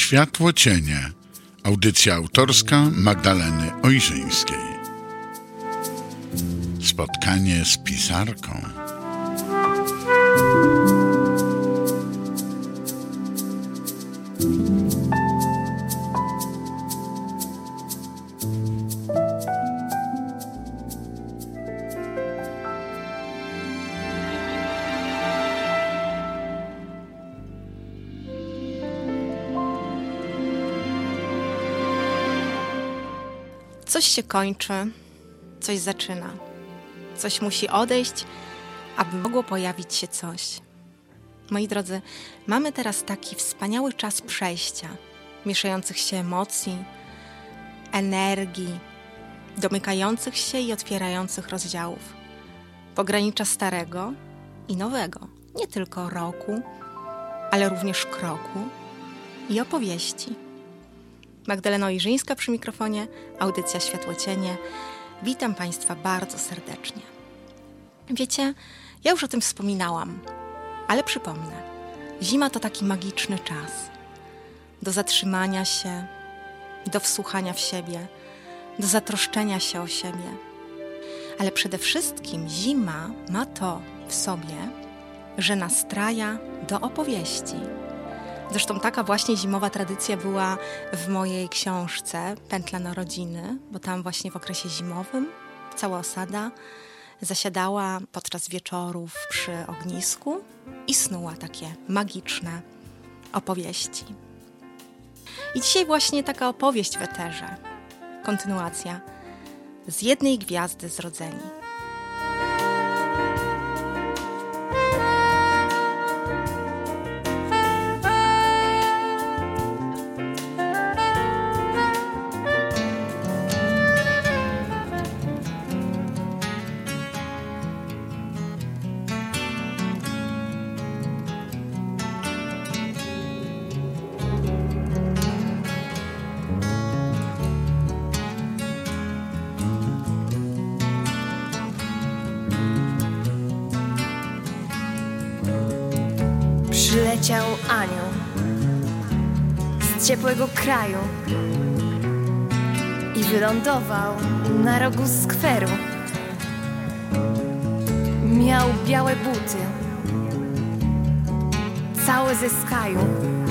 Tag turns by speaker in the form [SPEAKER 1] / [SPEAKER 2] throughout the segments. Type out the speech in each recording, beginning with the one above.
[SPEAKER 1] Światło cienie. Audycja autorska Magdaleny Ojrzyńskiej. Spotkanie z pisarką.
[SPEAKER 2] Coś się kończy, coś zaczyna. Coś musi odejść, aby mogło pojawić się coś. Moi drodzy, mamy teraz taki wspaniały czas przejścia, mieszających się emocji, energii, domykających się i otwierających rozdziałów. Pogranicza starego i nowego, nie tylko roku, ale również kroku i opowieści. Magdalena Ojrzyńska przy mikrofonie, audycja Światło Cienie. Witam Państwa bardzo serdecznie. Wiecie, ja już o tym wspominałam, ale przypomnę. Zima to taki magiczny czas do zatrzymania się, do wsłuchania w siebie, do zatroszczenia się o siebie. Ale przede wszystkim zima ma to w sobie, że nastraja do opowieści. Zresztą taka właśnie zimowa tradycja była w mojej książce Pętla Narodziny, bo tam właśnie w okresie zimowym cała osada zasiadała podczas wieczorów przy ognisku i snuła takie magiczne opowieści. I dzisiaj właśnie taka opowieść w eterze, kontynuacja Z jednej gwiazdy zrodzeni.
[SPEAKER 3] Przyleciał anioł z ciepłego kraju i wylądował na rogu skweru. Miał białe buty, całe ze skaju,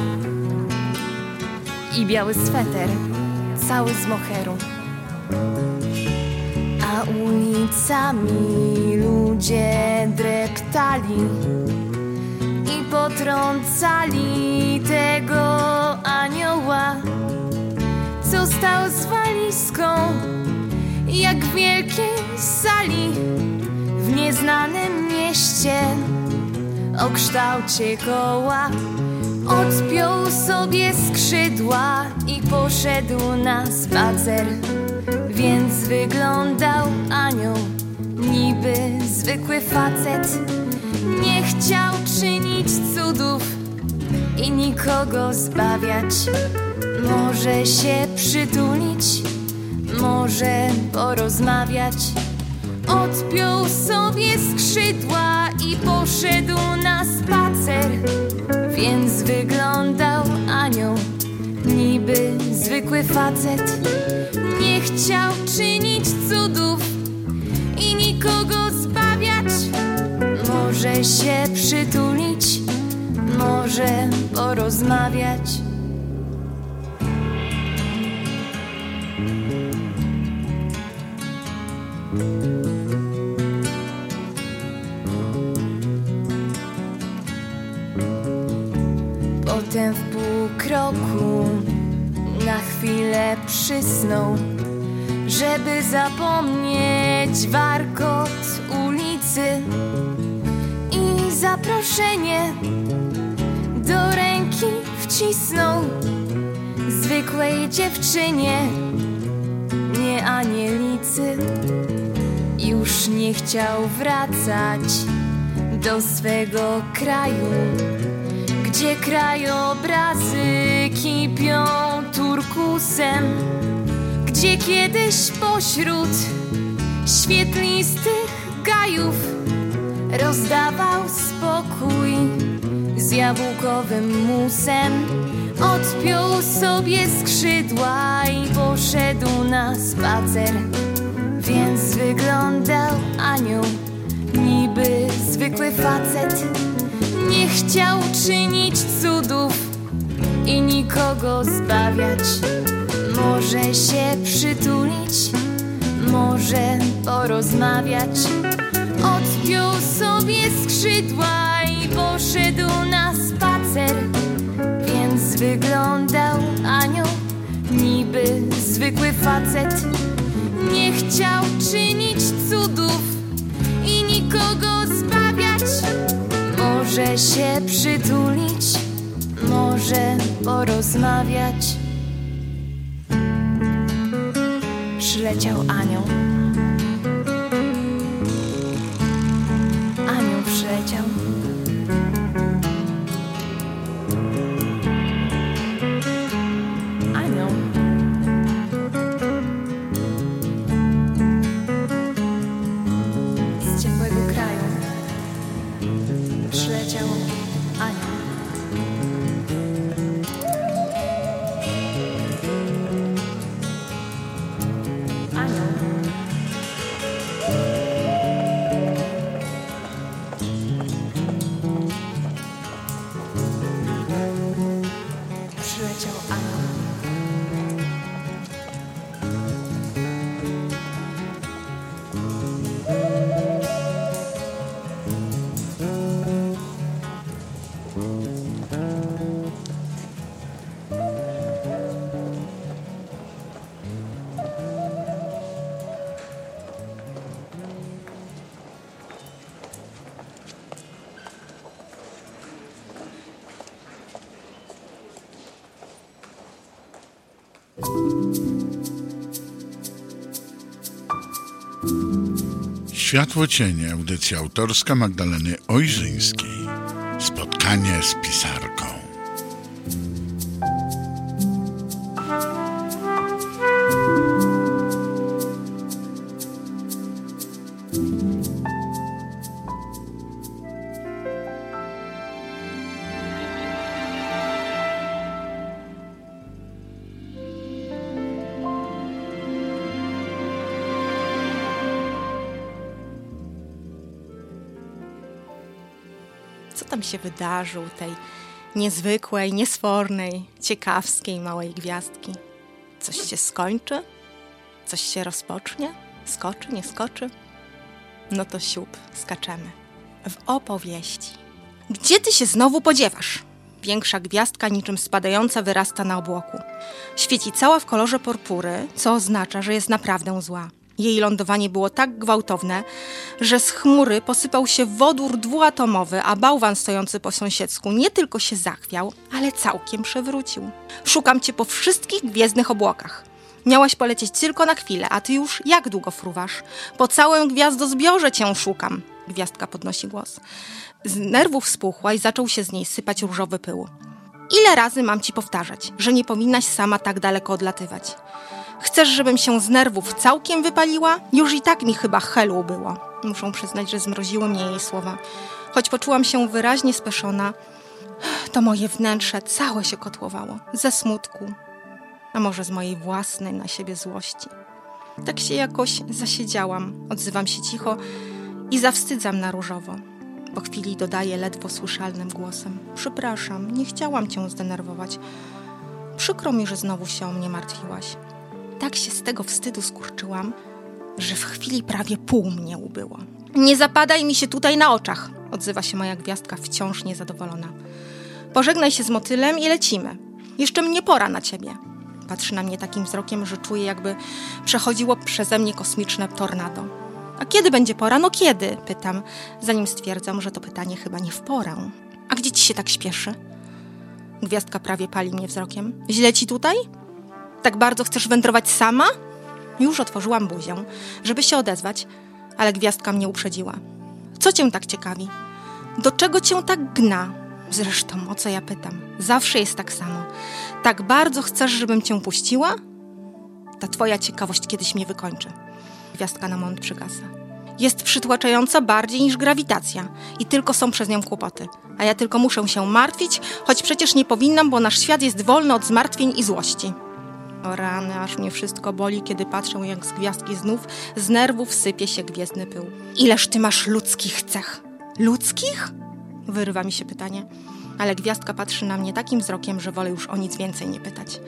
[SPEAKER 3] i biały sweter, cały z moheru. A ulicami ludzie dreptali i potrącali tego anioła, co stał z walizką jak w wielkiej sali w nieznanym mieście o kształcie koła. Odpiął sobie skrzydła i poszedł na spacer, więc wyglądał anioł niby zwykły facet. Nie chciał czynić cudów i nikogo zbawiać. Może się przytulić, może porozmawiać. Odpiął sobie skrzydła i poszedł na spacer, więc wyglądał anioł niby zwykły facet. Nie chciał czynić cudów i nikogo zbawiać. Może się przytulić, może porozmawiać. Potem w pół kroku na chwilę przysnął, żeby zapomnieć warkot ulicy i zaproszenie do ręki wcisnął zwykłej dziewczynie, nie anielicy. Już nie chciał wracać do swego kraju, gdzie krajobrazy kipią turkusem, gdzie kiedyś pośród świetlistych gajów rozdawał spokój z jabłkowym musem. Odpiął sobie skrzydła i poszedł na spacer. Więc wyglądał anioł, niby zwykły facet. Nie chciał czynić cudów i nikogo zbawiać. Może się przytulić, może porozmawiać. Odpiął sobie skrzydła i poszedł na spacer. Więc wyglądał anioł, niby zwykły facet. Nie chciał czynić cudów i nikogo zbawiać. Może się przytulić, może porozmawiać. Przyleciał anioł. Anioł przyleciał. Anioł. Z ciepłego kraju przyleciał anioł. Przyleciał anioł.
[SPEAKER 1] Światło cienie, audycja autorska Magdaleny Ojrzyńskiej. Spotkanie z pisarką.
[SPEAKER 2] Co tam się wydarzy u tej niezwykłej, niesfornej, ciekawskiej małej gwiazdki? Coś się skończy? Coś się rozpocznie? Skoczy, nie skoczy? No to siup, skaczemy. W opowieści. Gdzie ty się znowu podziewasz? Większa gwiazdka niczym spadająca wyrasta na obłoku. Świeci cała w kolorze purpury, co oznacza, że jest naprawdę zła. Jej lądowanie było tak gwałtowne, że z chmury posypał się wodór dwuatomowy, a bałwan stojący po sąsiedzku nie tylko się zachwiał, ale całkiem przewrócił. Szukam cię po wszystkich gwiezdnych obłokach. Miałaś polecieć tylko na chwilę, a ty już jak długo fruwasz? Po całym gwiazdozbiorze cię szukam. Gwiazdka podnosi głos. Z nerwów spuchła i zaczął się z niej sypać różowy pył. Ile razy mam ci powtarzać, że nie powinnaś sama tak daleko odlatywać? Chcesz, żebym się z nerwów całkiem wypaliła? Już i tak mi chyba helu było. Muszę przyznać, że zmroziły mnie jej słowa. Choć poczułam się wyraźnie speszona, to moje wnętrze całe się kotłowało. Ze smutku, a może z mojej własnej na siebie złości. Tak się jakoś zasiedziałam, odzywam się cicho i zawstydzam na różowo. Po chwili dodaję ledwo słyszalnym głosem. Przepraszam, nie chciałam cię zdenerwować. Przykro mi, że znowu się o mnie martwiłaś. Tak się z tego wstydu skurczyłam, że w chwili prawie pół mnie ubyło. Nie zapadaj mi się tutaj na oczach, odzywa się moja gwiazdka wciąż niezadowolona. Pożegnaj się z motylem i lecimy. Jeszcze mnie pora na ciebie. Patrzy na mnie takim wzrokiem, że czuję, jakby przechodziło przeze mnie kosmiczne tornado. A kiedy będzie pora? No kiedy? Pytam, zanim stwierdzam, że to pytanie chyba nie w porę. A gdzie ci się tak śpieszy? Gwiazdka prawie pali mnie wzrokiem. Źle ci tutaj? Tak bardzo chcesz wędrować sama? Już otworzyłam buzię, żeby się odezwać, ale gwiazdka mnie uprzedziła. Co cię tak ciekawi? Do czego cię tak gna? Zresztą, o co ja pytam? Zawsze jest tak samo. Tak bardzo chcesz, żebym cię puściła? Ta twoja ciekawość kiedyś mnie wykończy. Gwiazdka na moment przygasa. Jest przytłaczająca bardziej niż grawitacja i tylko są przez nią kłopoty. A ja tylko muszę się martwić, choć przecież nie powinnam, bo nasz świat jest wolny od zmartwień i złości. O rany, aż mnie wszystko boli, kiedy patrzę, jak z gwiazdki znów z nerwów sypie się gwiezdny pył. Ileż ty masz ludzkich cech? Ludzkich? Wyrywa mi się pytanie, ale gwiazdka patrzy na mnie takim wzrokiem, że wolę już o nic więcej nie pytać.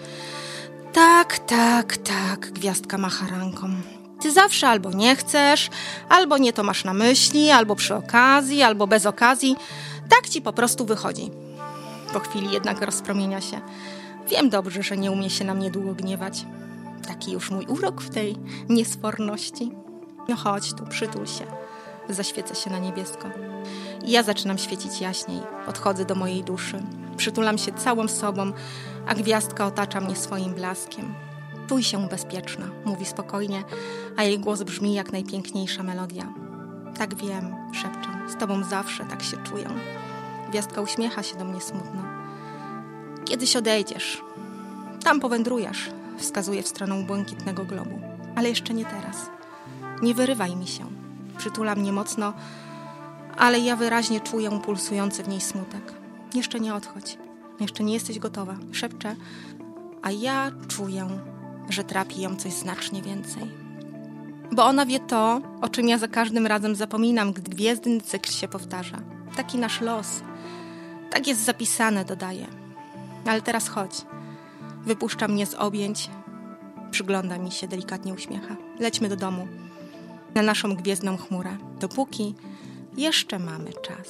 [SPEAKER 2] Tak, gwiazdka macha ręką. Ty zawsze albo nie chcesz, albo nie to masz na myśli, albo przy okazji, albo bez okazji. Tak ci po prostu wychodzi. Po chwili jednak rozpromienia się. Wiem dobrze, że nie umie się na mnie długo gniewać. Taki już mój urok w tej niesforności. No chodź tu, przytul się. Zaświecę się na niebiesko. I ja zaczynam świecić jaśniej. Podchodzę do mojej duszy. Przytulam się całą sobą, a gwiazdka otacza mnie swoim blaskiem. Czuj się bezpieczna, mówi spokojnie, a jej głos brzmi jak najpiękniejsza melodia. Tak wiem, szepczę, z tobą zawsze tak się czuję. Gwiazdka uśmiecha się do mnie smutno. Kiedyś odejdziesz. Tam powędrujesz, wskazuje w stronę błękitnego globu. Ale jeszcze nie teraz. Nie wyrywaj mi się. Przytula mnie mocno, ale ja wyraźnie czuję pulsujący w niej smutek. Jeszcze nie odchodź. Jeszcze nie jesteś gotowa. Szepczę, a ja czuję, że trapi ją coś znacznie więcej. Bo ona wie to, o czym ja za każdym razem zapominam, gdy gwiezdny cykl się powtarza. Taki nasz los. Tak jest zapisane, dodaje. Ale teraz chodź. Wypuszcza mnie z objęć. Przygląda mi się, delikatnie uśmiecha. Lećmy do domu. Na naszą gwiezdną chmurę. Dopóki jeszcze mamy czas.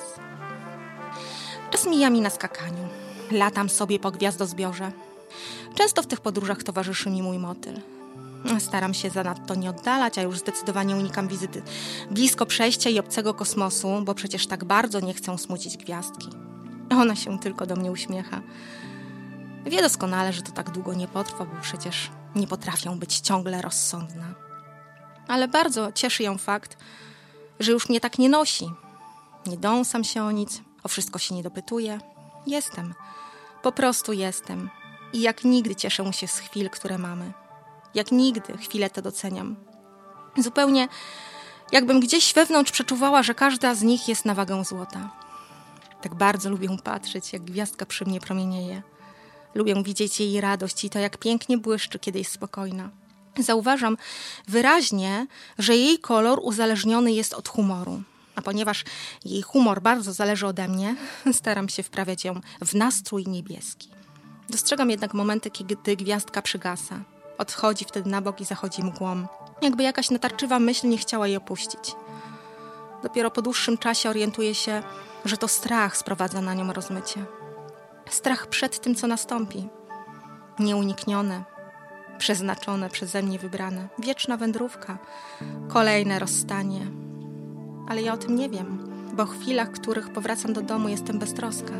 [SPEAKER 2] Czas mija mi na skakaniu. Latam sobie po gwiazdozbiorze. Często w tych podróżach towarzyszy mi mój motyl. Staram się zanadto nie oddalać, a już zdecydowanie unikam wizyty blisko przejścia i obcego kosmosu, bo przecież tak bardzo nie chcę smucić gwiazdki. Ona się tylko do mnie uśmiecha. Wie doskonale, że to tak długo nie potrwa, bo przecież nie potrafię być ciągle rozsądna. Ale bardzo cieszy ją fakt, że już mnie tak nie nosi. Nie dąsam się o nic, o wszystko się nie dopytuję. Jestem. Po prostu jestem. I jak nigdy cieszę się z chwil, które mamy. Jak nigdy chwilę te doceniam. Zupełnie jakbym gdzieś wewnątrz przeczuwała, że każda z nich jest na wagę złota. Tak bardzo lubię patrzeć, jak gwiazdka przy mnie promienieje. Lubię widzieć jej radość i to, jak pięknie błyszczy, kiedy jest spokojna. Zauważam wyraźnie, że jej kolor uzależniony jest od humoru. A ponieważ jej humor bardzo zależy ode mnie, staram się wprawiać ją w nastrój niebieski. Dostrzegam jednak momenty, kiedy gwiazdka przygasa. Odchodzi wtedy na bok i zachodzi mgłą. Jakby jakaś natarczywa myśl nie chciała jej opuścić. Dopiero po dłuższym czasie orientuję się, że to strach sprowadza na nią rozmycie. Strach przed tym, co nastąpi. Nieuniknione, przeznaczone, przeze mnie wybrane. Wieczna wędrówka, kolejne rozstanie. Ale ja o tym nie wiem, bo w chwilach, w których powracam do domu, jestem beztroska.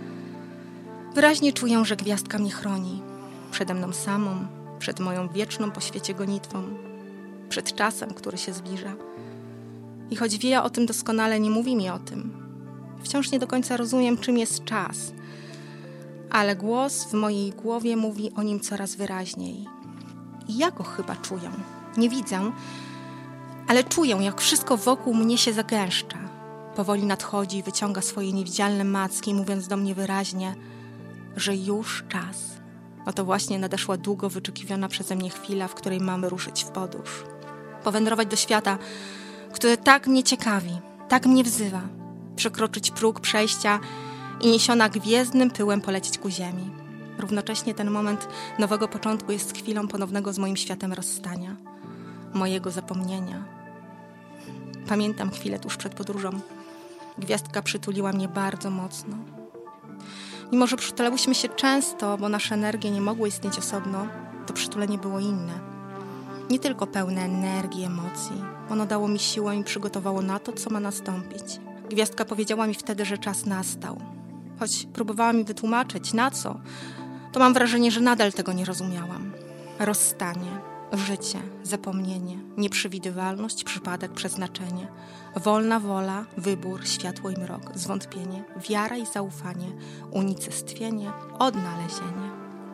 [SPEAKER 2] Wyraźnie czuję, że gwiazdka mnie chroni. Przede mną samą, przed moją wieczną po świecie gonitwą, przed czasem, który się zbliża. I choć wie o tym doskonale, nie mówi mi o tym. Wciąż nie do końca rozumiem, czym jest czas. Ale głos w mojej głowie mówi o nim coraz wyraźniej. I ja go chyba czuję. Nie widzę, ale czuję, jak wszystko wokół mnie się zagęszcza. Powoli nadchodzi i wyciąga swoje niewidzialne macki, mówiąc do mnie wyraźnie, że już czas. Oto właśnie nadeszła długo wyczekiwana przeze mnie chwila, w której mamy ruszyć w podróż. Powędrować do świata, który tak mnie ciekawi, tak mnie wzywa. Przekroczyć próg przejścia i niesiona gwiezdnym pyłem polecieć ku ziemi. Równocześnie ten moment nowego początku jest chwilą ponownego z moim światem rozstania, mojego zapomnienia. Pamiętam chwilę tuż przed podróżą. Gwiazdka przytuliła mnie bardzo mocno. Mimo że przytulałyśmy się często, bo nasze energie nie mogły istnieć osobno, to przytulenie było inne. Nie tylko pełne energii, emocji. Ono dało mi siłę i przygotowało na to, co ma nastąpić. Gwiazdka powiedziała mi wtedy, że czas nastał. Choć próbowała mi wytłumaczyć, na co, to mam wrażenie, że nadal tego nie rozumiałam. Rozstanie, życie, zapomnienie, nieprzewidywalność, przypadek, przeznaczenie, wolna wola, wybór, światło i mrok, zwątpienie, wiara i zaufanie, unicestwienie, odnalezienie.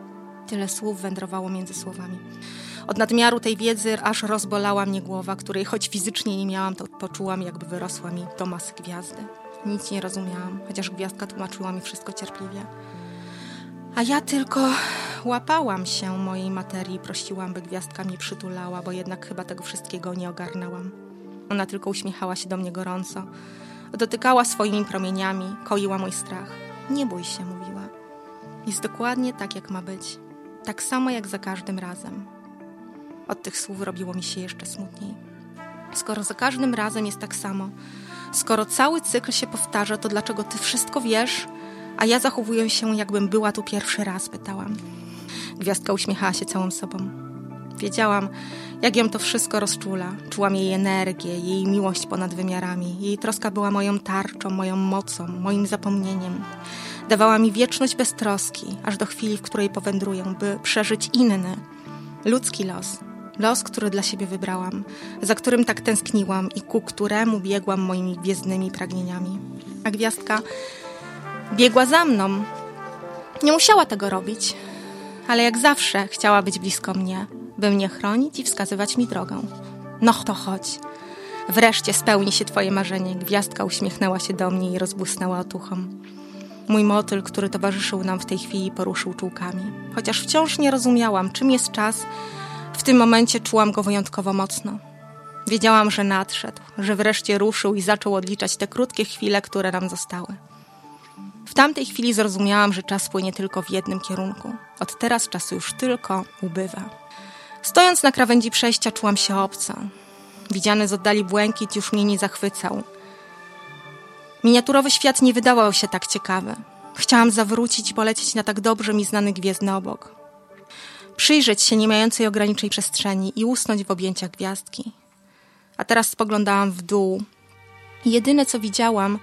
[SPEAKER 2] Tyle słów wędrowało między słowami. Od nadmiaru tej wiedzy aż rozbolała mnie głowa, której choć fizycznie nie miałam, to poczułam, jakby wyrosła mi do masy gwiazdy. Nic nie rozumiałam, chociaż gwiazdka tłumaczyła mi wszystko cierpliwie. A ja tylko łapałam się mojej materii i prosiłam, by gwiazdka mnie przytulała, bo jednak chyba tego wszystkiego nie ogarnęłam. Ona tylko uśmiechała się do mnie gorąco. Dotykała swoimi promieniami, koiła mój strach. Nie bój się, mówiła. Jest dokładnie tak, jak ma być. Tak samo jak za każdym razem. Od tych słów robiło mi się jeszcze smutniej. Skoro za każdym razem jest tak samo, skoro cały cykl się powtarza, to dlaczego ty wszystko wiesz, a ja zachowuję się, jakbym była tu pierwszy raz, pytałam. Gwiazdka uśmiechała się całą sobą. Wiedziałam, jak ją to wszystko rozczula. Czułam jej energię, jej miłość ponad wymiarami. Jej troska była moją tarczą, moją mocą, moim zapomnieniem. Dawała mi wieczność bez troski, aż do chwili, w której powędruję, by przeżyć inny, ludzki los. Los, który dla siebie wybrałam, za którym tak tęskniłam i ku któremu biegłam moimi gwiezdnymi pragnieniami. A gwiazdka biegła za mną. Nie musiała tego robić, ale jak zawsze chciała być blisko mnie, by mnie chronić i wskazywać mi drogę. No to chodź. Wreszcie spełni się twoje marzenie. Gwiazdka uśmiechnęła się do mnie i rozbłysnęła otuchą. Mój motyl, który towarzyszył nam w tej chwili, poruszył czułkami. Chociaż wciąż nie rozumiałam, czym jest czas, w tym momencie czułam go wyjątkowo mocno. Wiedziałam, że nadszedł, że wreszcie ruszył i zaczął odliczać te krótkie chwile, które nam zostały. W tamtej chwili zrozumiałam, że czas płynie tylko w jednym kierunku. Od teraz czasu już tylko ubywa. Stojąc na krawędzi przejścia, czułam się obco. Widziany z oddali błękit już mnie nie zachwycał. Miniaturowy świat nie wydawał się tak ciekawy. Chciałam zawrócić i polecieć na tak dobrze mi znany gwiezdny obok. Przyjrzeć się niemającej ograniczej przestrzeni i usnąć w objęciach gwiazdki. A teraz spoglądałam w dół. I jedyne, co widziałam,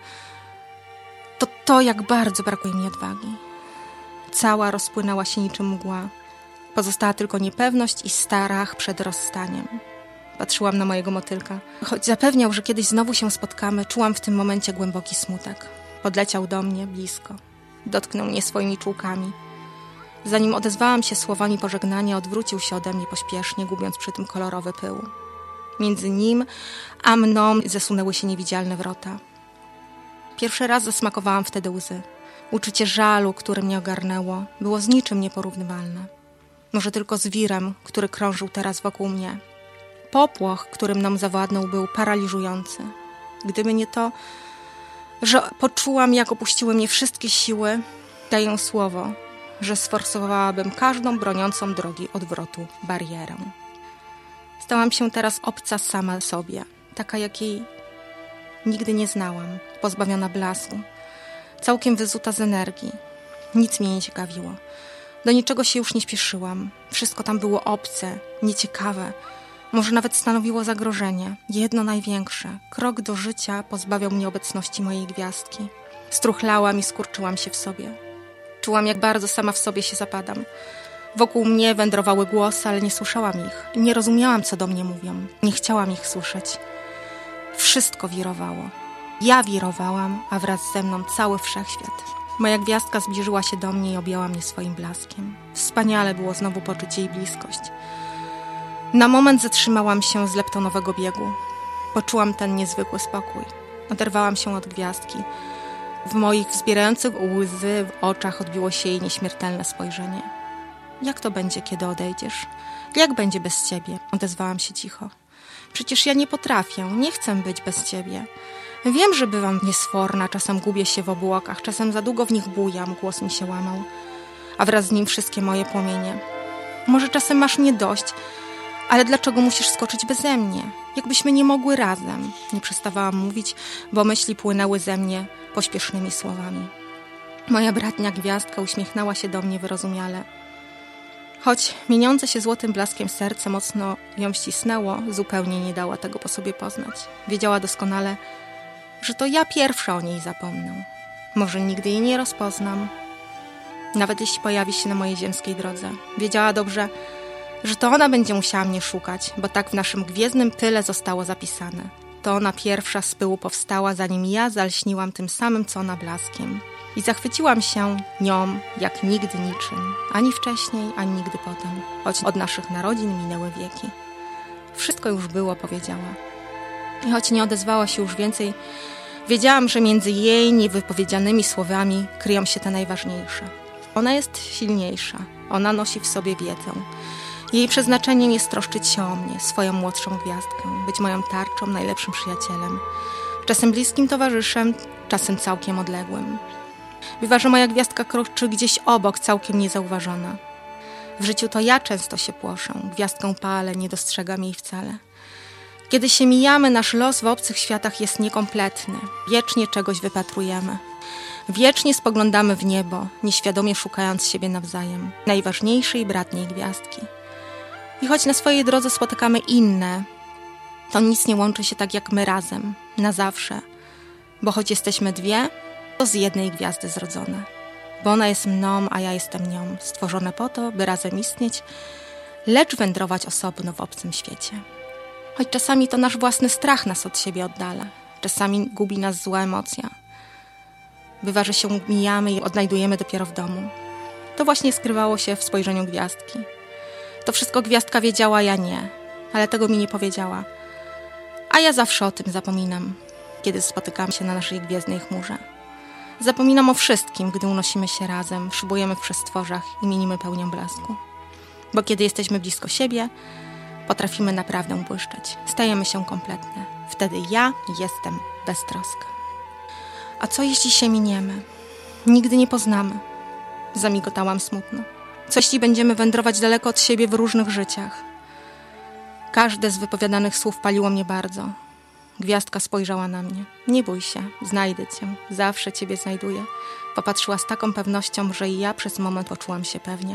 [SPEAKER 2] to, jak bardzo brakuje mi odwagi. Cała rozpłynęła się niczym mgła. Pozostała tylko niepewność i strach przed rozstaniem. Patrzyłam na mojego motylka. Choć zapewniał, że kiedyś znowu się spotkamy, czułam w tym momencie głęboki smutek. Podleciał do mnie blisko. Dotknął mnie swoimi czułkami. Zanim odezwałam się słowami pożegnania, odwrócił się ode mnie pośpiesznie, gubiąc przy tym kolorowy pył. Między nim a mną zesunęły się niewidzialne wrota. Pierwszy raz zasmakowałam wtedy łzy. Uczucie żalu, które mnie ogarnęło, było z niczym nieporównywalne. Może tylko z wirem, który krążył teraz wokół mnie. Popłoch, którym mną zawładnął, był paraliżujący. Gdyby nie to, że poczułam, jak opuściły mnie wszystkie siły, daję słowo, że sforsowałabym każdą broniącą drogi odwrotu barierę. Stałam się teraz obca sama sobie, taka jakiej nigdy nie znałam, pozbawiona blasku, całkiem wyzuta z energii. Nic mnie nie ciekawiło. Do niczego się już nie śpieszyłam. Wszystko tam było obce, nieciekawe. Może nawet stanowiło zagrożenie. Jedno największe. Krok do życia pozbawiał mnie obecności mojej gwiazdki. Struchlałam i skurczyłam się w sobie. Czułam, jak bardzo sama w sobie się zapadam. Wokół mnie wędrowały głosy, ale nie słyszałam ich. Nie rozumiałam, co do mnie mówią. Nie chciałam ich słyszeć. Wszystko wirowało. Ja wirowałam, a wraz ze mną cały wszechświat. Moja gwiazdka zbliżyła się do mnie i objęła mnie swoim blaskiem. Wspaniale było znowu poczuć jej bliskość. Na moment zatrzymałam się z leptonowego biegu. Poczułam ten niezwykły spokój. Oderwałam się od gwiazdki. W moich wzbierających łzy w oczach odbiło się jej nieśmiertelne spojrzenie. Jak to będzie, kiedy odejdziesz? Jak będzie bez ciebie? Odezwałam się cicho. Przecież ja nie potrafię, nie chcę być bez ciebie. Wiem, że bywam niesforna, czasem gubię się w obłokach, czasem za długo w nich bujam, głos mi się łamał, a wraz z nim wszystkie moje płomienie. Może czasem masz mnie dość, ale dlaczego musisz skoczyć beze mnie? Jakbyśmy nie mogły razem. Nie przestawałam mówić, bo myśli płynęły ze mnie pośpiesznymi słowami. Moja bratnia gwiazdka uśmiechnęła się do mnie wyrozumiale. Choć mieniące się złotym blaskiem serce mocno ją ścisnęło, zupełnie nie dała tego po sobie poznać. Wiedziała doskonale, że to ja pierwsza o niej zapomnę. Może nigdy jej nie rozpoznam, nawet jeśli pojawi się na mojej ziemskiej drodze. Wiedziała dobrze, że to ona będzie musiała mnie szukać, bo tak w naszym gwiezdnym tyle zostało zapisane. To ona pierwsza z pyłu powstała, zanim ja zalśniłam tym samym, co ona blaskiem. I zachwyciłam się nią jak nigdy niczym. Ani wcześniej, ani nigdy potem. Choć od naszych narodzin minęły wieki. Wszystko już było, powiedziała. I choć nie odezwała się już więcej, wiedziałam, że między jej niewypowiedzianymi słowami kryją się te najważniejsze. Ona jest silniejsza. Ona nosi w sobie wiedzę. Jej przeznaczeniem jest troszczyć się o mnie, swoją młodszą gwiazdkę, być moją tarczą, najlepszym przyjacielem. Czasem bliskim towarzyszem, czasem całkiem odległym. Bywa, że moja gwiazdka kroczy gdzieś obok, całkiem niezauważona. W życiu to ja często się płoszę, gwiazdkę palę, nie dostrzegam jej wcale. Kiedy się mijamy, nasz los w obcych światach jest niekompletny. Wiecznie czegoś wypatrujemy. Wiecznie spoglądamy w niebo, nieświadomie szukając siebie nawzajem, najważniejszej bratniej gwiazdki. I choć na swojej drodze spotykamy inne, to nic nie łączy się tak jak my razem, na zawsze. Bo choć jesteśmy dwie, to z jednej gwiazdy zrodzone. Bo ona jest mną, a ja jestem nią, stworzone po to, by razem istnieć, lecz wędrować osobno w obcym świecie. Choć czasami to nasz własny strach nas od siebie oddala, czasami gubi nas zła emocja. Bywa, że się mijamy i odnajdujemy dopiero w domu. To właśnie skrywało się w spojrzeniu gwiazdki. To wszystko gwiazdka wiedziała, ja nie, ale tego mi nie powiedziała. A ja zawsze o tym zapominam, kiedy spotykamy się na naszej gwiezdnej chmurze. Zapominam o wszystkim, gdy unosimy się razem, szybujemy w przestworzach i mienimy pełnię blasku. Bo kiedy jesteśmy blisko siebie, potrafimy naprawdę błyszczeć. Stajemy się kompletne. Wtedy ja jestem beztroska. A co jeśli się miniemy? Nigdy nie poznamy. Zamigotałam smutno. Co jeśli będziemy wędrować daleko od siebie w różnych życiach? Każde z wypowiadanych słów paliło mnie bardzo. Gwiazdka spojrzała na mnie. Nie bój się, znajdę cię, zawsze ciebie znajduję. Popatrzyła z taką pewnością, że i ja przez moment poczułam się pewnie.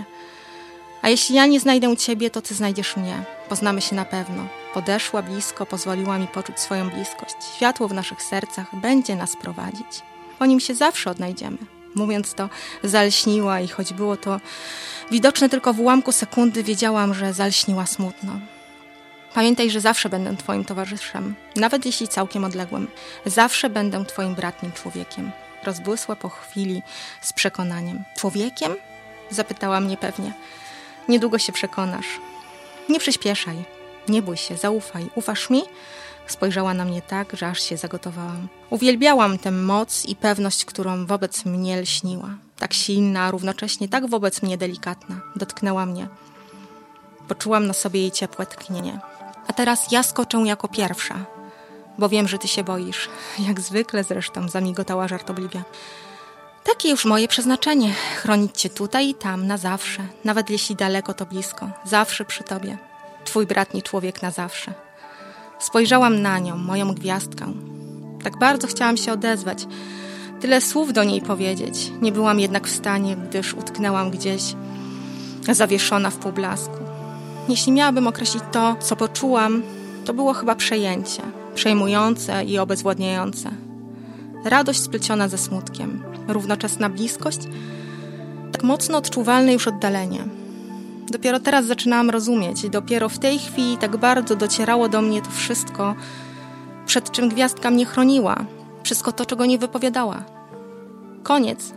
[SPEAKER 2] A jeśli ja nie znajdę ciebie, to ty znajdziesz mnie. Poznamy się na pewno. Podeszła blisko, pozwoliła mi poczuć swoją bliskość. Światło w naszych sercach będzie nas prowadzić. Po nim się zawsze odnajdziemy. Mówiąc to, zalśniła i choć było to widoczne tylko w ułamku sekundy, wiedziałam, że zalśniła smutno. Pamiętaj, że zawsze będę twoim towarzyszem, nawet jeśli całkiem odległym. Zawsze będę twoim bratnim człowiekiem. Rozbłysła po chwili z przekonaniem. Człowiekiem? Zapytała mnie pewnie. Niedługo się przekonasz. Nie przyspieszaj. Nie bój się, zaufaj. Ufasz mi? Spojrzała na mnie tak, że aż się zagotowałam. Uwielbiałam tę moc i pewność, którą wobec mnie lśniła. Tak silna, a równocześnie tak wobec mnie delikatna. Dotknęła mnie. Poczułam na sobie jej ciepłe tknienie. A teraz ja skoczę jako pierwsza, bo wiem, że ty się boisz. Jak zwykle zresztą, zamigotała żartobliwie. Takie już moje przeznaczenie. Chronić cię tutaj i tam, na zawsze. Nawet jeśli daleko, to blisko. Zawsze przy tobie. Twój bratni człowiek na zawsze. Spojrzałam na nią, moją gwiazdkę. Tak bardzo chciałam się odezwać. Tyle słów do niej powiedzieć. Nie byłam jednak w stanie, gdyż utknęłam gdzieś zawieszona w półblasku. Jeśli miałabym określić to, co poczułam, to było chyba przejęcie. Przejmujące i obezwładniające. Radość spleciona ze smutkiem. Równoczesna bliskość, tak mocno odczuwalne już oddalenie. Dopiero teraz zaczynałam rozumieć. Dopiero w tej chwili tak bardzo docierało do mnie to wszystko, przed czym gwiazdka mnie chroniła. Wszystko to, czego nie wypowiadała. Koniec,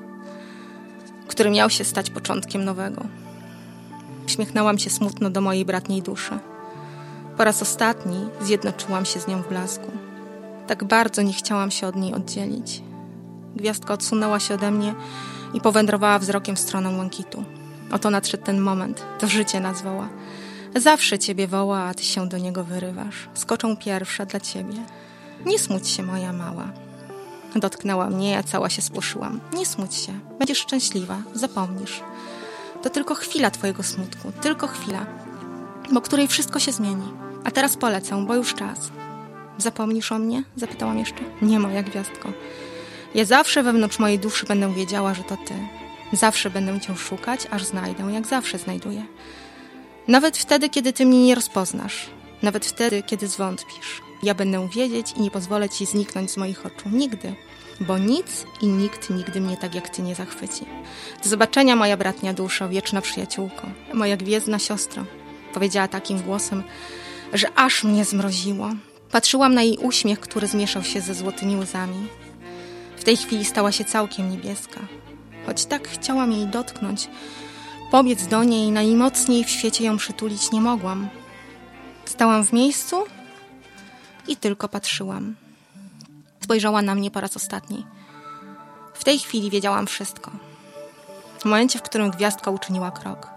[SPEAKER 2] który miał się stać początkiem nowego. Uśmiechnęłam się smutno do mojej bratniej duszy. Po raz ostatni zjednoczyłam się z nią w blasku. Tak bardzo nie chciałam się od niej oddzielić. Gwiazdka odsunęła się ode mnie i powędrowała wzrokiem w stronę błękitu. Oto nadszedł ten moment, to życie nas woła. Zawsze ciebie woła, a ty się do niego wyrywasz. Skoczę pierwsza dla ciebie. Nie smuć się, moja mała. Dotknęła mnie, ja cała się spłoszyłam. Nie smuć się, będziesz szczęśliwa, zapomnisz. To tylko chwila twojego smutku, tylko chwila, po której wszystko się zmieni. A teraz polecę, bo już czas. Zapomnisz o mnie? Zapytałam jeszcze. Nie, moja gwiazdko. Ja zawsze wewnątrz mojej duszy będę wiedziała, że to ty. Zawsze będę cię szukać, aż znajdę, jak zawsze znajduję. Nawet wtedy, kiedy ty mnie nie rozpoznasz. Nawet wtedy, kiedy zwątpisz. Ja będę wiedzieć i nie pozwolę ci zniknąć z moich oczu. Nigdy. Bo nic i nikt nigdy mnie tak jak ty nie zachwyci. Do zobaczenia, moja bratnia duszo, wieczna przyjaciółko. Moja gwiezdna siostro. Powiedziała takim głosem, że aż mnie zmroziło. Patrzyłam na jej uśmiech, który zmieszał się ze złotymi łzami. W tej chwili stała się całkiem niebieska. Choć tak chciałam jej dotknąć, pobiec do niej i najmocniej w świecie ją przytulić nie mogłam. Stałam w miejscu i tylko patrzyłam. Spojrzała na mnie po raz ostatni. W tej chwili wiedziałam wszystko. W momencie, w którym gwiazdka uczyniła krok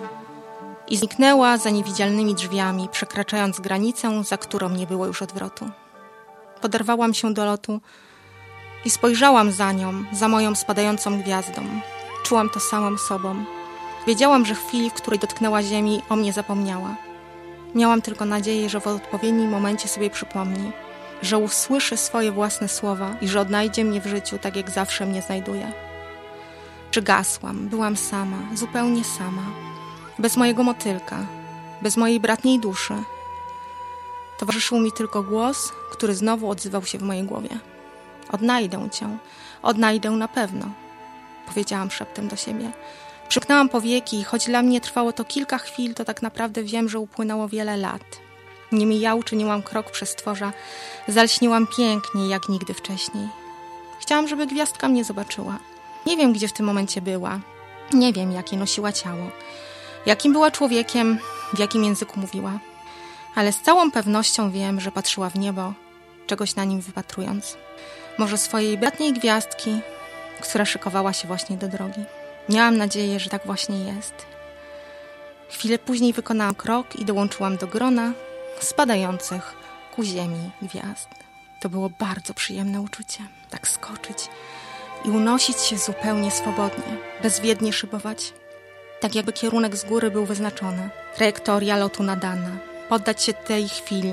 [SPEAKER 2] i zniknęła za niewidzialnymi drzwiami, przekraczając granicę, za którą nie było już odwrotu. Poderwałam się do lotu i spojrzałam za nią, za moją spadającą gwiazdą. Czułam to samą sobą. Wiedziałam, że w chwili, w której dotknęła ziemi, o mnie zapomniała. Miałam tylko nadzieję, że w odpowiednim momencie sobie przypomni, że usłyszy swoje własne słowa i że odnajdzie mnie w życiu tak, jak zawsze mnie znajduje. Przygasłam, byłam sama, zupełnie sama. Bez mojego motylka, bez mojej bratniej duszy. Towarzyszył mi tylko głos, który znowu odzywał się w mojej głowie. Odnajdę cię, odnajdę na pewno, powiedziałam szeptem do siebie. Przymknęłam powieki i choć dla mnie trwało to kilka chwil, to tak naprawdę wiem, że upłynęło wiele lat. Nim ja uczyniłam krok przez tworza, zalśniłam piękniej jak nigdy wcześniej. Chciałam, żeby gwiazdka mnie zobaczyła. Nie wiem, gdzie w tym momencie była. Nie wiem, jakie nosiła ciało. Jakim była człowiekiem, w jakim języku mówiła. Ale z całą pewnością wiem, że patrzyła w niebo, czegoś na nim wypatrując. Może swojej bratniej gwiazdki, która szykowała się właśnie do drogi. Miałam nadzieję, że tak właśnie jest. Chwilę później wykonałam krok i dołączyłam do grona spadających ku ziemi gwiazd. To było bardzo przyjemne uczucie. Tak skoczyć i unosić się zupełnie swobodnie, bezwiednie szybować. Tak jakby kierunek z góry był wyznaczony. Trajektoria lotu nadana. Poddać się tej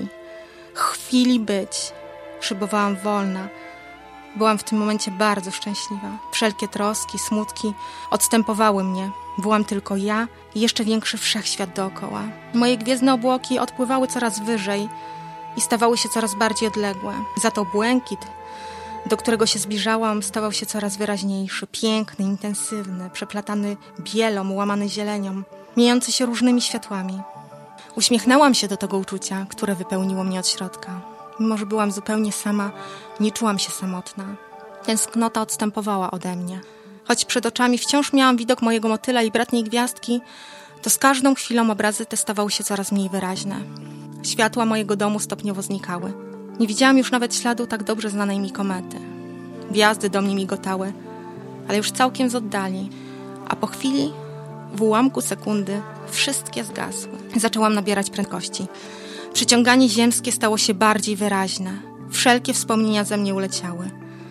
[SPEAKER 2] chwili być. Szybowałam wolna. Byłam w tym momencie bardzo szczęśliwa. Wszelkie troski, smutki odstępowały mnie. Byłam tylko ja i jeszcze większy wszechświat dookoła. Moje gwiezdne obłoki odpływały coraz wyżej i stawały się coraz bardziej odległe. Za to błękit, do którego się zbliżałam, stawał się coraz wyraźniejszy, piękny, intensywny, przeplatany bielą, łamany zielenią, mijający się różnymi światłami. Uśmiechnęłam się do tego uczucia, które wypełniło mnie od środka. Mimo że byłam zupełnie sama, nie czułam się samotna. Tęsknota odstępowała ode mnie. Choć przed oczami wciąż miałam widok mojego motyla i bratniej gwiazdki, to z każdą chwilą obrazy te stawały się coraz mniej wyraźne. Światła mojego domu stopniowo znikały. Nie widziałam już nawet śladu tak dobrze znanej mi komety. Gwiazdy do mnie migotały, ale już całkiem z oddali. A po chwili, w ułamku sekundy, wszystkie zgasły. Zaczęłam nabierać prędkości. Przyciąganie ziemskie stało się bardziej wyraźne. Wszelkie wspomnienia ze mnie uleciały.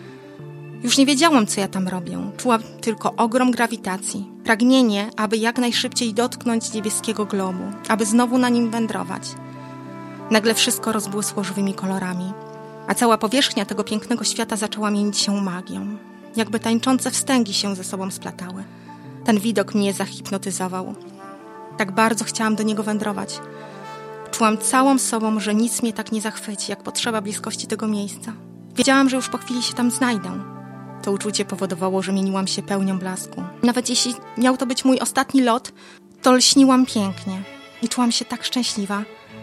[SPEAKER 2] Już nie wiedziałam, co ja tam robię. Czułam tylko ogrom grawitacji. Pragnienie, aby jak najszybciej dotknąć niebieskiego globu, aby znowu na nim wędrować. Nagle wszystko rozbłysło żywymi kolorami, a cała powierzchnia tego pięknego świata zaczęła mienić się magią. Jakby tańczące wstęgi się ze sobą splatały. Ten widok mnie zahipnotyzował. Tak bardzo chciałam do niego wędrować. Czułam całą sobą, że nic mnie tak nie zachwyci, jak potrzeba bliskości tego miejsca. Wiedziałam, że już po chwili się tam znajdę. To uczucie powodowało, że mieniłam się pełnią blasku. Nawet jeśli miał to być mój ostatni lot, to lśniłam pięknie i czułam się tak szczęśliwa,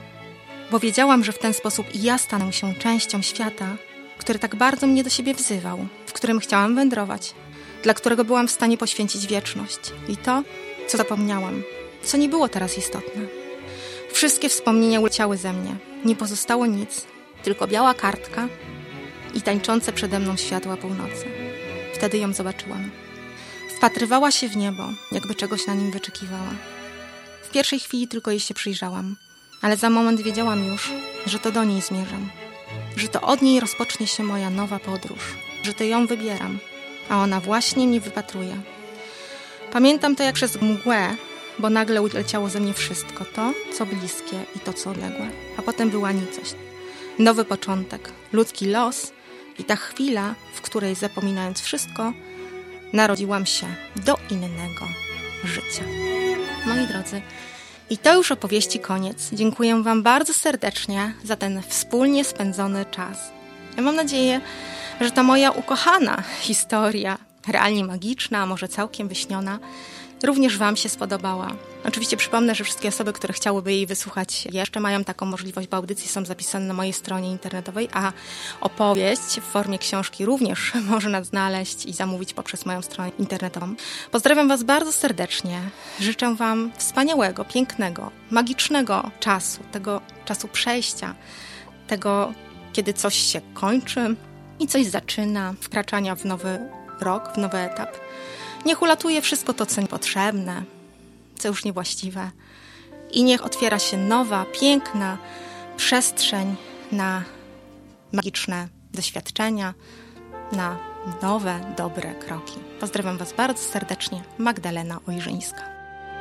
[SPEAKER 2] bo wiedziałam, że w ten sposób i ja stanę się częścią świata, który tak bardzo mnie do siebie wzywał, w którym chciałam wędrować, dla którego byłam w stanie poświęcić wieczność. I to, co zapomniałam, co nie było teraz istotne. Wszystkie wspomnienia uleciały ze mnie. Nie pozostało nic, tylko biała kartka i tańczące przede mną światła północy. Wtedy ją zobaczyłam. Wpatrywała się w niebo, jakby czegoś na nim wyczekiwała. W pierwszej chwili tylko jej się przyjrzałam, ale za moment wiedziałam już, że to do niej zmierzam. Że to od niej rozpocznie się moja nowa podróż. Że to ją wybieram, a ona właśnie mnie wypatruje. Pamiętam to jak przez mgłę, bo nagle uleciało ze mnie wszystko, to, co bliskie i to, co odległe. A potem była nicość. Nowy początek, ludzki los i ta chwila, w której zapominając wszystko, narodziłam się do innego życia. Moi drodzy, i to już opowieści koniec. Dziękuję Wam bardzo serdecznie za ten wspólnie spędzony czas. Ja mam nadzieję, że ta moja ukochana historia, realnie magiczna, a może całkiem wyśniona, również Wam się spodobała. Oczywiście przypomnę, że wszystkie osoby, które chciałyby jej wysłuchać jeszcze, mają taką możliwość, bo audycje są zapisane na mojej stronie internetowej, a opowieść w formie książki również można znaleźć i zamówić poprzez moją stronę internetową. Pozdrawiam Was bardzo serdecznie. Życzę Wam wspaniałego, pięknego, magicznego czasu, tego czasu przejścia, tego, kiedy coś się kończy i coś zaczyna, wkraczania w nowy rok, w nowy etap. Niech ulatuje wszystko to, co niepotrzebne, co już niewłaściwe i niech otwiera się nowa, piękna przestrzeń na magiczne doświadczenia, na nowe, dobre kroki. Pozdrawiam Was bardzo serdecznie. Magdalena Ojrzyńska.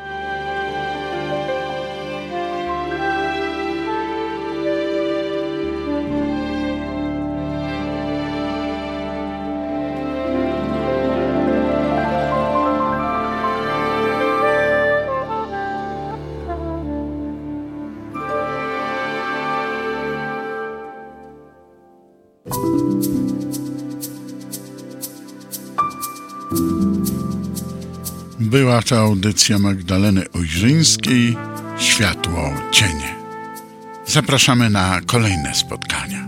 [SPEAKER 1] Była to audycja Magdaleny Ojrzyńskiej Światło, cienie. Zapraszamy na kolejne spotkania.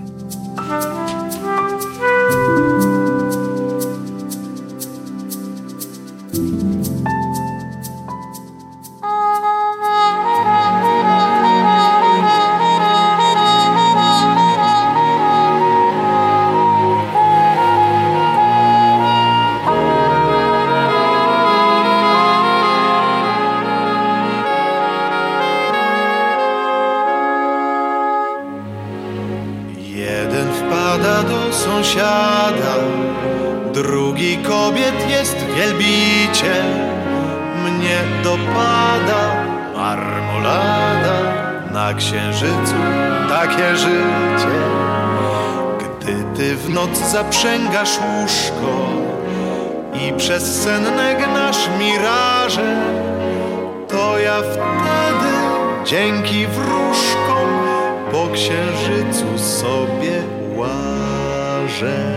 [SPEAKER 4] Drugi kobiet jest wielbiciel, mnie dopada marmolada. Na księżycu takie życie, gdy ty w noc zaprzęgasz łóżko i przez senne gnasz miraże, to ja wtedy dzięki wróżkom po księżycu sobie łażę.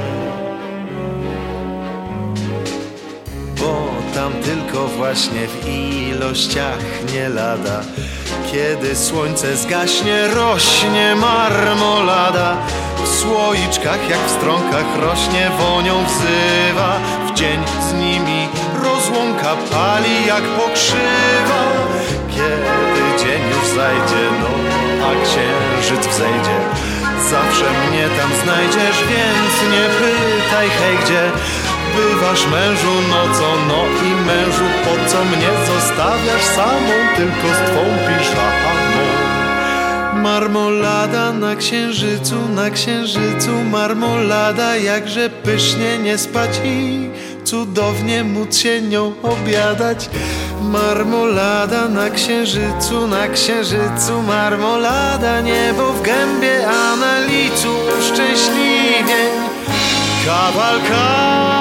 [SPEAKER 4] Bo tam tylko właśnie w ilościach nie lada, kiedy słońce zgaśnie, rośnie marmolada. W słoiczkach jak w stronkach rośnie, wonią wzywa. W dzień z nimi rozłąka pali jak pokrzywa. Kiedy dzień już zajdzie, no a księżyc wzejdzie, zawsze mnie tam znajdziesz, więc nie pytaj hej gdzie. Bywasz mężu nocą, no i mężu, po co mnie zostawiasz samą, tylko z twą piżamą? Marmolada na księżycu marmolada, jakże pysznie nie spać i cudownie móc się nią obiadać. Marmolada na księżycu marmolada, niebo w gębie, a na licu uszczęśliwień kawalka.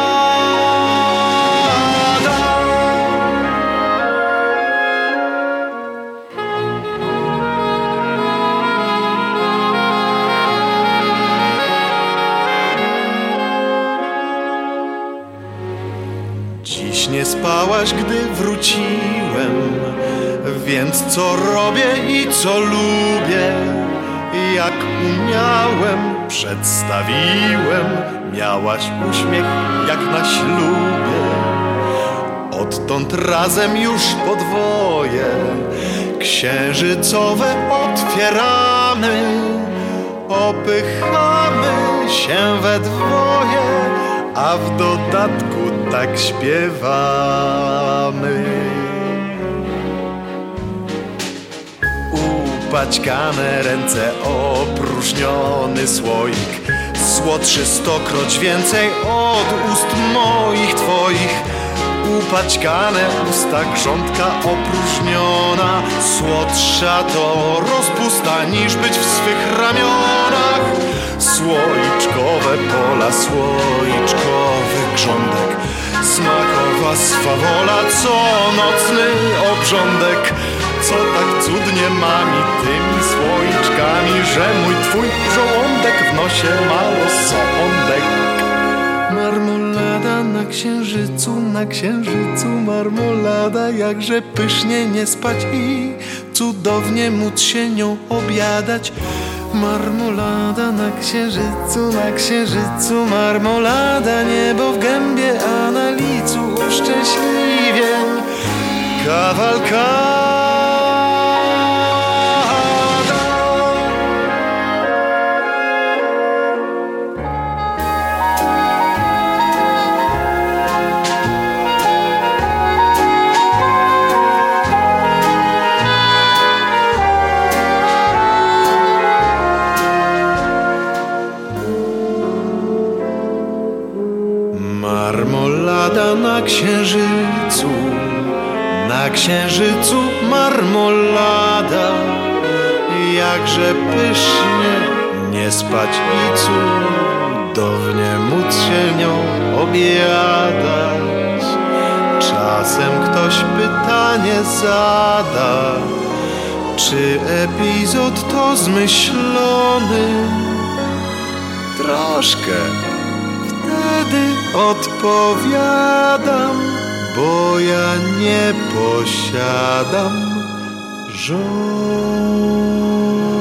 [SPEAKER 4] Nie spałaś, gdy wróciłem, więc co robię i co lubię, jak umiałem, przedstawiłem. Miałaś uśmiech jak na ślubie, odtąd razem już podwoje księżycowe otwieramy, opychamy się we dwoje, a w dodatku tak śpiewamy. Upaćkane ręce, opróżniony słoik, słodszy stokroć więcej od ust moich twoich. Upaćkane usta, grządka opróżniona, słodsza to rozpusta niż być w swych ramionach. Słoiczkowe pola, słoiczkowy grządek, smakowa swawola, co nocny obrządek. Co tak cudnie mami tymi słoiczkami, że mój twój żołądek w nosie mało sądek. Marmolada marmolada na księżycu marmolada, jakże pysznie nie spać i cudownie móc się nią obiadać. Marmolada na księżycu marmolada, niebo w gębie, a na licu uszczęśliwień kawalkada. Marmolada na księżycu marmolada, jakże pysznie nie spać i cudownie móc się nią obiadać. Czasem ktoś pytanie zada, czy epizod to zmyślony? Troszkę. Wtedy odpowiadam, bo ja nie posiadam żony.